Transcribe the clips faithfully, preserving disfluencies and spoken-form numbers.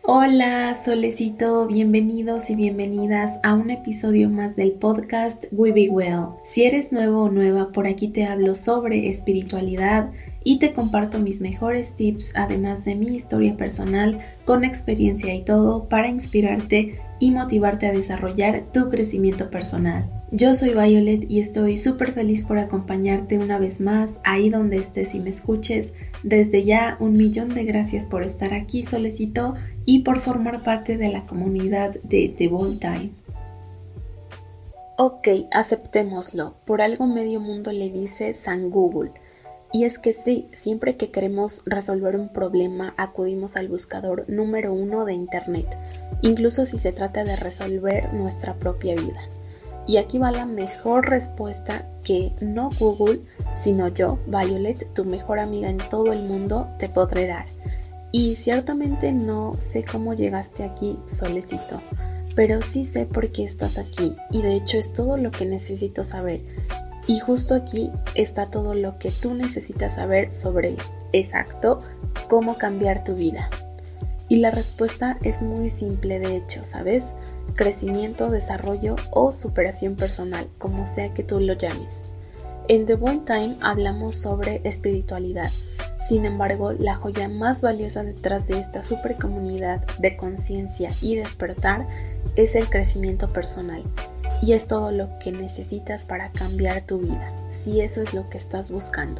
Hola, Solecito, bienvenidos y bienvenidas a un episodio más del podcast We Be Well. Si eres nuevo o nueva, por aquí te hablo sobre espiritualidad y te comparto mis mejores tips, además de mi historia personal, con experiencia y todo, para inspirarte y motivarte a desarrollar tu crecimiento personal. Yo soy Violet y estoy súper feliz por acompañarte una vez más, ahí donde estés y me escuches. Desde ya, un millón de gracias por estar aquí, Solecito, y por formar parte de la comunidad de The Bold Time. Ok, aceptémoslo. Por algo medio mundo le dice San Google. Y es que sí, siempre que queremos resolver un problema acudimos al buscador número uno de internet, incluso si se trata de resolver nuestra propia vida. Y aquí va la mejor respuesta que no Google, sino yo, Violet, tu mejor amiga en todo el mundo, te podré dar. Y ciertamente no sé cómo llegaste aquí, Solecito, pero sí sé por qué estás aquí y de hecho es todo lo que necesito saber. Y justo aquí está todo lo que tú necesitas saber sobre, exacto, cómo cambiar tu vida. Y la respuesta es muy simple de hecho, ¿sabes? Crecimiento, desarrollo o superación personal, como sea que tú lo llames. En The Bold Time hablamos sobre espiritualidad. Sin embargo, la joya más valiosa detrás de esta super comunidad de conciencia y despertar es el crecimiento personal. Y es todo lo que necesitas para cambiar tu vida, si eso es lo que estás buscando.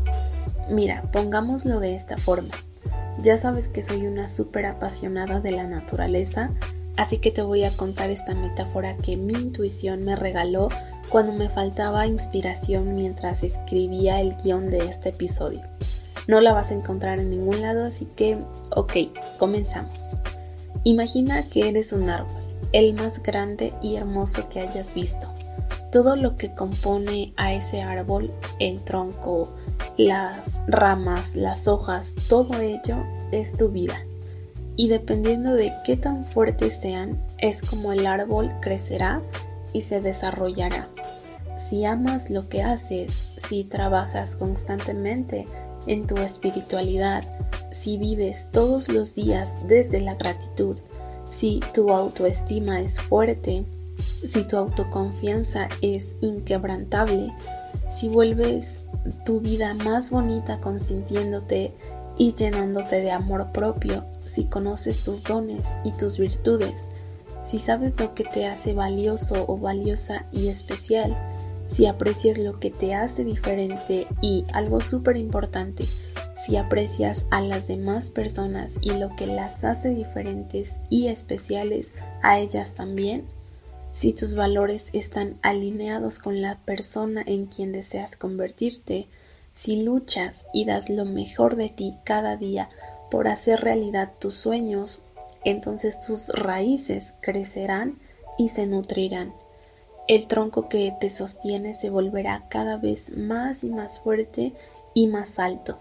Mira, pongámoslo de esta forma. Ya sabes que soy una súper apasionada de la naturaleza, así que te voy a contar esta metáfora que mi intuición me regaló cuando me faltaba inspiración mientras escribía el guión de este episodio. No la vas a encontrar en ningún lado, así que, ok, comenzamos. Imagina que eres un árbol, el más grande y hermoso que hayas visto. Todo lo que compone a ese árbol, el tronco, las ramas, las hojas, todo ello es tu vida. Y dependiendo de qué tan fuertes sean, es como el árbol crecerá y se desarrollará. Si amas lo que haces, si trabajas constantemente en tu espiritualidad, si vives todos los días desde la gratitud, si tu autoestima es fuerte, si tu autoconfianza es inquebrantable, si vuelves tu vida más bonita consintiéndote y llenándote de amor propio, si conoces tus dones y tus virtudes, si sabes lo que te hace valioso o valiosa y especial, si aprecias lo que te hace diferente y, algo súper importante, si aprecias a las demás personas y lo que las hace diferentes y especiales a ellas también, si tus valores están alineados con la persona en quien deseas convertirte, si luchas y das lo mejor de ti cada día por hacer realidad tus sueños, entonces tus raíces crecerán y se nutrirán. El tronco que te sostiene se volverá cada vez más y más fuerte y más alto.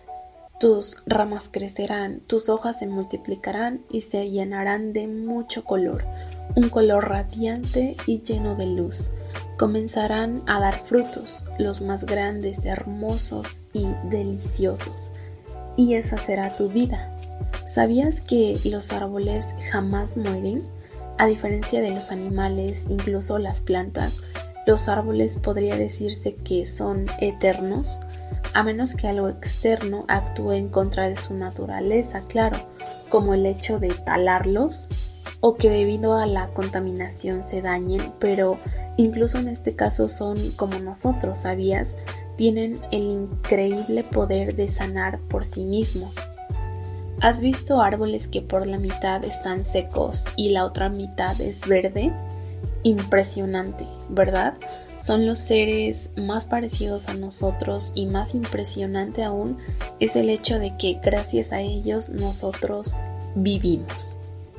Tus ramas crecerán, tus hojas se multiplicarán y se llenarán de mucho color, un color radiante y lleno de luz. Comenzarán a dar frutos, los más grandes, hermosos y deliciosos. Y esa será tu vida. ¿Sabías que los árboles jamás mueren? A diferencia de los animales, incluso las plantas, los árboles podría decirse que son eternos, a menos que algo externo actúe en contra de su naturaleza, claro, como el hecho de talarlos o que debido a la contaminación se dañen, pero incluso en este caso son como nosotros, ¿sabías? Tienen el increíble poder de sanar por sí mismos. ¿Has visto árboles que por la mitad están secos y la otra mitad es verde? Impresionante, ¿verdad? Son los seres más parecidos a nosotros y más impresionante aún es el hecho de que gracias a ellos nosotros vivimos.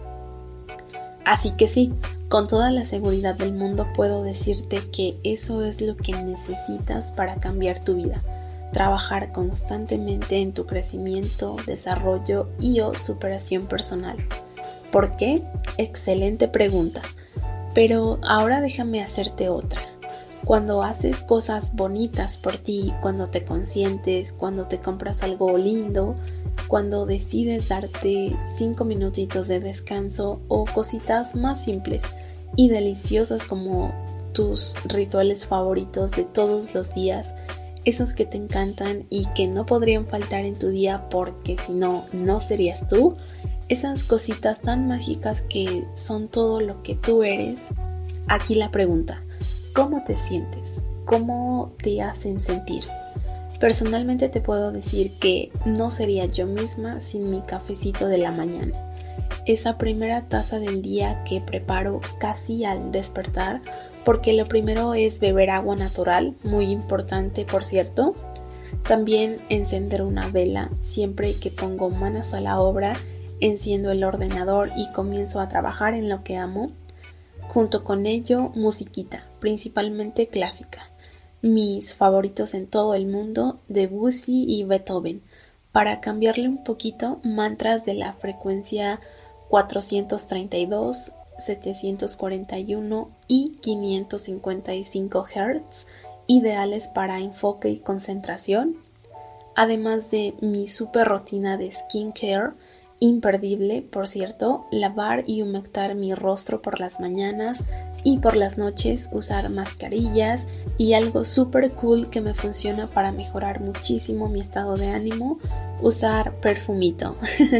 Así que sí, con toda la seguridad del mundo puedo decirte que eso es lo que necesitas para cambiar tu vida. Trabajar constantemente en tu crecimiento, desarrollo y o superación personal. ¿Por qué? Excelente pregunta. Pero ahora déjame hacerte otra. Cuando haces cosas bonitas por ti, cuando te consientes, cuando te compras algo lindo, cuando decides darte cinco minutitos de descanso o cositas más simples y deliciosas como tus rituales favoritos de todos los días, esos que te encantan y que no podrían faltar en tu día porque si no, no serías tú, esas cositas tan mágicas que son todo lo que tú eres. Aquí la pregunta, ¿cómo te sientes? ¿Cómo te hacen sentir? Personalmente te puedo decir que no sería yo misma sin mi cafecito de la mañana. Esa primera taza del día que preparo casi al despertar, porque lo primero es beber agua natural, muy importante por cierto. También encender una vela siempre que pongo manos a la obra, enciendo el ordenador y comienzo a trabajar en lo que amo. Junto con ello, musiquita, principalmente clásica. Mis favoritos en todo el mundo, Debussy y Beethoven. Para cambiarle un poquito, mantras de la frecuencia cuatrocientos treinta y dos, setecientos cuarenta y uno y quinientos cincuenta y cinco hertz, ideales para enfoque y concentración. Además de mi super rutina de skincare, imperdible, por cierto, lavar y humectar mi rostro por las mañanas y por las noches usar mascarillas y algo súper cool que me funciona para mejorar muchísimo mi estado de ánimo, usar perfumito.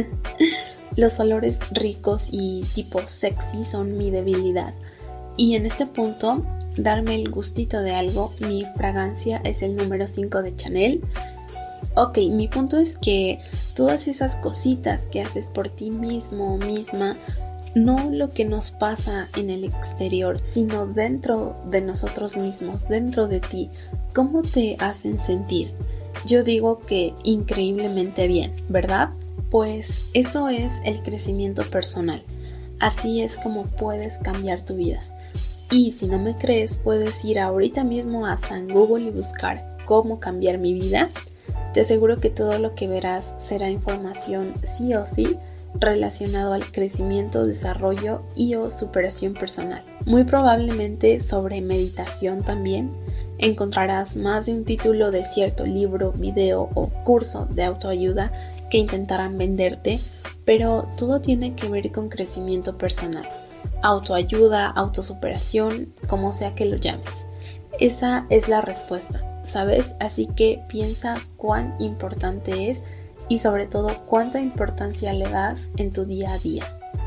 Los olores ricos y tipo sexy son mi debilidad y en este punto, darme el gustito de algo, mi fragancia es el número cinco de Chanel. Ok, mi punto es que todas esas cositas que haces por ti mismo o misma, no lo que nos pasa en el exterior, sino dentro de nosotros mismos, dentro de ti, ¿cómo te hacen sentir? Yo digo que increíblemente bien, ¿verdad? Pues eso es el crecimiento personal. Así es como puedes cambiar tu vida. Y si no me crees, puedes ir ahorita mismo a San Google y buscar cómo cambiar mi vida. Te aseguro que todo lo que verás será información sí o sí relacionado al crecimiento, desarrollo y o superación personal. Muy probablemente sobre meditación también. Encontrarás más de un título de cierto libro, video o curso de autoayuda que intentarán venderte, pero todo tiene que ver con crecimiento personal. Autoayuda, autosuperación, como sea que lo llames. Esa es la respuesta, ¿sabes? Así que piensa cuán importante es y sobre todo cuánta importancia le das en tu día a día.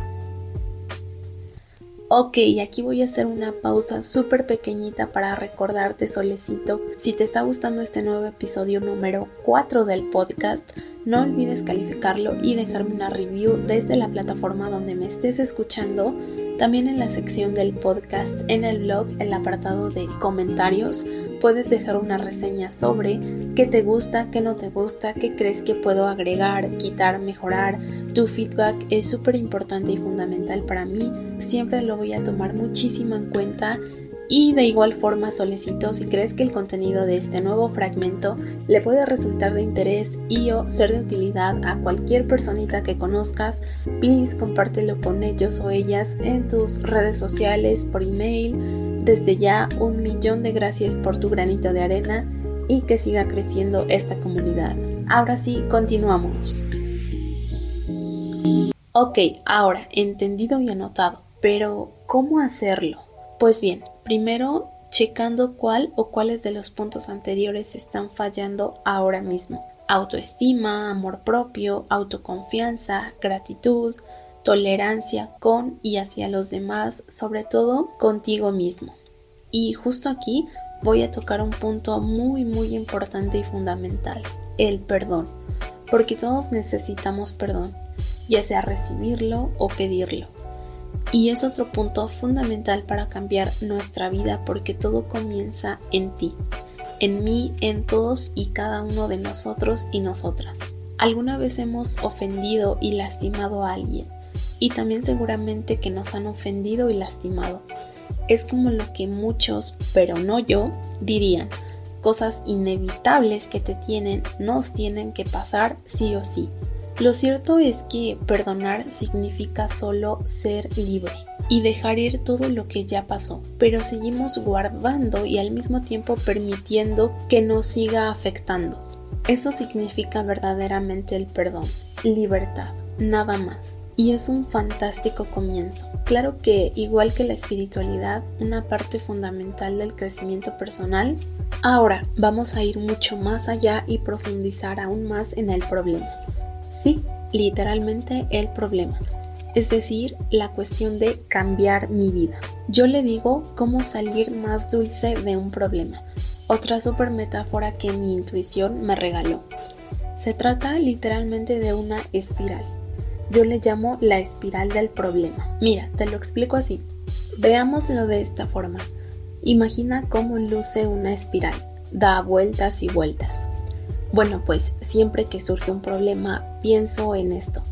Ok, aquí voy a hacer una pausa súper pequeñita para recordarte, solecito, si te está gustando este nuevo episodio número cuatro del podcast, no olvides calificarlo y dejarme una review desde la plataforma donde me estés escuchando. También en la sección del podcast, en el blog, el apartado de comentarios, puedes dejar una reseña sobre qué te gusta, qué no te gusta, qué crees que puedo agregar, quitar, mejorar. Tu feedback es súper importante y fundamental para mí. Siempre lo voy a tomar muchísimo en cuenta. Y de igual forma, solecito, si crees que el contenido de este nuevo fragmento le puede resultar de interés y o ser de utilidad a cualquier personita que conozcas, please compártelo con ellos o ellas en tus redes sociales, por email. Desde ya, un millón de gracias por tu granito de arena y que siga creciendo esta comunidad. Ahora sí, continuamos. Ok, ahora, entendido y anotado, pero ¿cómo hacerlo? Pues bien, primero checando cuál o cuáles de los puntos anteriores están fallando ahora mismo. Autoestima, amor propio, autoconfianza, gratitud, tolerancia con y hacia los demás, sobre todo contigo mismo. Y justo aquí voy a tocar un punto muy muy importante y fundamental, el perdón, porque todos necesitamos perdón, ya sea recibirlo o pedirlo. Y es otro punto fundamental para cambiar nuestra vida porque todo comienza en ti, en mí, en todos y cada uno de nosotros y nosotras. Alguna vez hemos ofendido y lastimado a alguien y también seguramente que nos han ofendido y lastimado. Es como lo que muchos, pero no yo, dirían, cosas inevitables que te tienen, nos tienen que pasar sí o sí. Lo cierto es que perdonar significa solo ser libre y dejar ir todo lo que ya pasó, pero seguimos guardando y al mismo tiempo permitiendo que nos siga afectando. Eso significa verdaderamente el perdón, libertad, nada más. Y es un fantástico comienzo. Claro que, igual que la espiritualidad, una parte fundamental del crecimiento personal. Ahora vamos a ir mucho más allá y profundizar aún más en el problema. Sí, literalmente el problema. Es decir, la cuestión de cambiar mi vida. Yo le digo cómo salir más dulce de un problema. Otra super metáfora que mi intuición me regaló. Se trata literalmente de una espiral. Yo le llamo la espiral del problema. Mira, te lo explico así. Veámoslo de esta forma. Imagina cómo luce una espiral. Da vueltas y vueltas. Bueno, pues siempre que surge un problema, pienso en esto.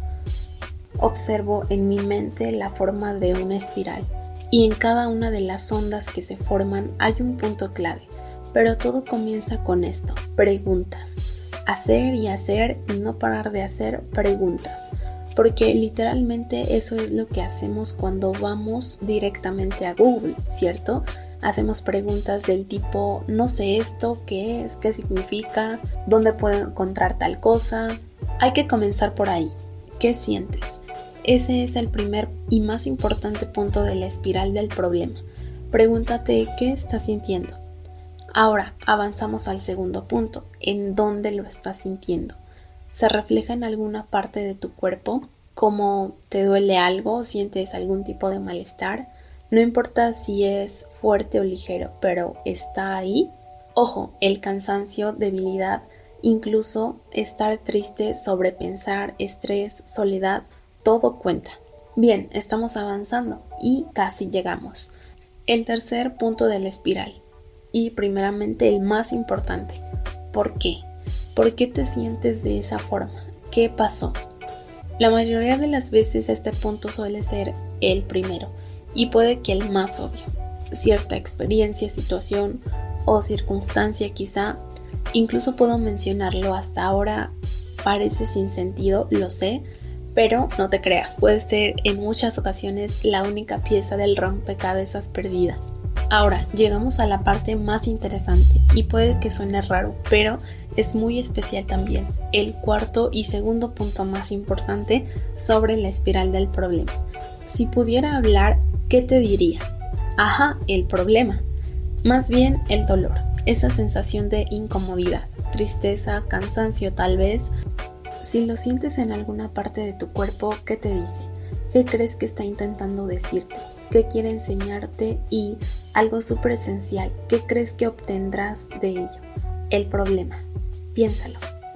Observo en mi mente la forma de una espiral. Y en cada una de las ondas que se forman hay un punto clave. Pero todo comienza con esto. Preguntas. Hacer y hacer y no parar de hacer preguntas. Porque literalmente eso es lo que hacemos cuando vamos directamente a Google, ¿cierto? Hacemos preguntas del tipo, no sé esto, ¿qué es? ¿Qué significa? ¿Dónde puedo encontrar tal cosa? Hay que comenzar por ahí. ¿Qué sientes? Ese es el primer y más importante punto de la espiral del problema. Pregúntate qué estás sintiendo. Ahora avanzamos al segundo punto, ¿en dónde lo estás sintiendo? ¿Se refleja en alguna parte de tu cuerpo? ¿Cómo te duele algo? ¿Sientes algún tipo de malestar? No importa si es fuerte o ligero, pero ¿está ahí? Ojo, el cansancio, debilidad, incluso estar triste, sobrepensar, estrés, soledad, todo cuenta. Bien, estamos avanzando y casi llegamos. El tercer punto de la espiral y primeramente el más importante. ¿Por qué? ¿Por qué te sientes de esa forma? ¿Qué pasó? La mayoría de las veces este punto suele ser el primero y puede que el más obvio. Cierta experiencia, situación o circunstancia quizá. Incluso puedo mencionarlo hasta ahora, parece sin sentido, lo sé, pero no te creas, puede ser en muchas ocasiones la única pieza del rompecabezas perdida. Ahora, llegamos a la parte más interesante y puede que suene raro, pero es muy especial también. El cuarto y segundo punto más importante sobre la espiral del problema. Si pudiera hablar, ¿qué te diría? Ajá, el problema. Más bien el dolor, esa sensación de incomodidad, tristeza, cansancio tal vez. Si lo sientes en alguna parte de tu cuerpo, ¿qué te dice? ¿Qué crees que está intentando decirte? ¿Qué quiere enseñarte? Y algo súper esencial, ¿qué crees que obtendrás de ello? El problema. Piénsalo.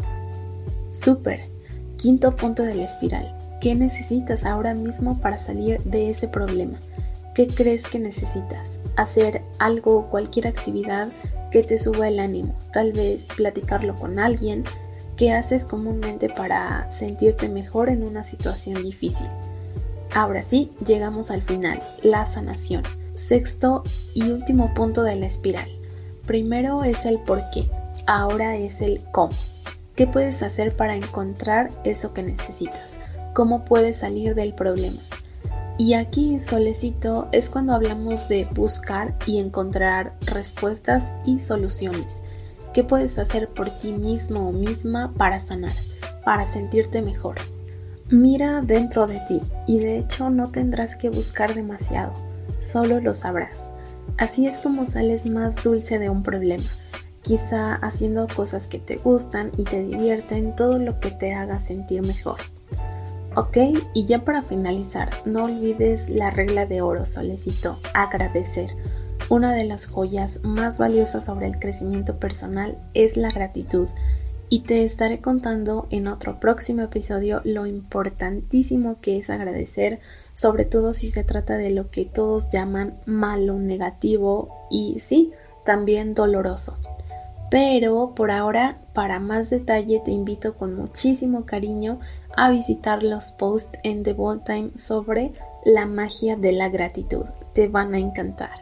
Súper. Quinto punto de la espiral. ¿Qué necesitas ahora mismo para salir de ese problema? ¿Qué crees que necesitas? Hacer algo o cualquier actividad que te suba el ánimo. Tal vez platicarlo con alguien. ¿Qué haces comúnmente para sentirte mejor en una situación difícil? Ahora sí, llegamos al final, la sanación. Sexto y último punto de la espiral. Primero es el por qué, ahora es el cómo. ¿Qué puedes hacer para encontrar eso que necesitas? ¿Cómo puedes salir del problema? Y aquí, solecito, es cuando hablamos de buscar y encontrar respuestas y soluciones. ¿Qué puedes hacer por ti mismo o misma para sanar, para sentirte mejor? Mira dentro de ti y de hecho no tendrás que buscar demasiado, solo lo sabrás. Así es como sales más dulce de un problema, quizá haciendo cosas que te gustan y te divierten, todo lo que te haga sentir mejor. Ok, y ya para finalizar, no olvides la regla de oro, solecito, agradecer. Una de las joyas más valiosas sobre el crecimiento personal es la gratitud. Y te estaré contando en otro próximo episodio lo importantísimo que es agradecer, sobre todo si se trata de lo que todos llaman malo, negativo y sí, también doloroso. Pero por ahora, para más detalle te invito con muchísimo cariño a visitar los posts en The Bold Time sobre la magia de la gratitud. Te van a encantar.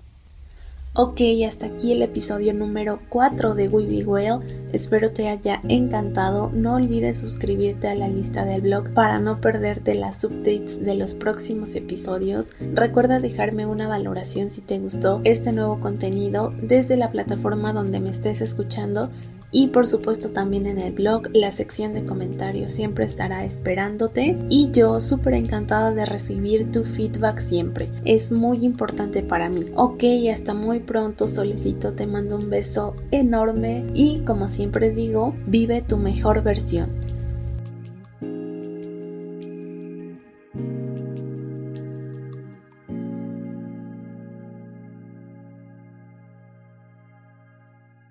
Ok, hasta aquí el episodio número cuatro de We Be Well. Espero te haya encantado. No olvides suscribirte a la lista del blog para no perderte las updates de los próximos episodios. Recuerda dejarme una valoración si te gustó este nuevo contenido desde la plataforma donde me estés escuchando y por supuesto también en el blog. La sección de comentarios siempre estará esperándote y yo súper encantada de recibir tu feedback siempre, es muy importante para mí. Ok, hasta muy pronto, Solecito, te mando un beso enorme y como siempre digo, vive tu mejor versión.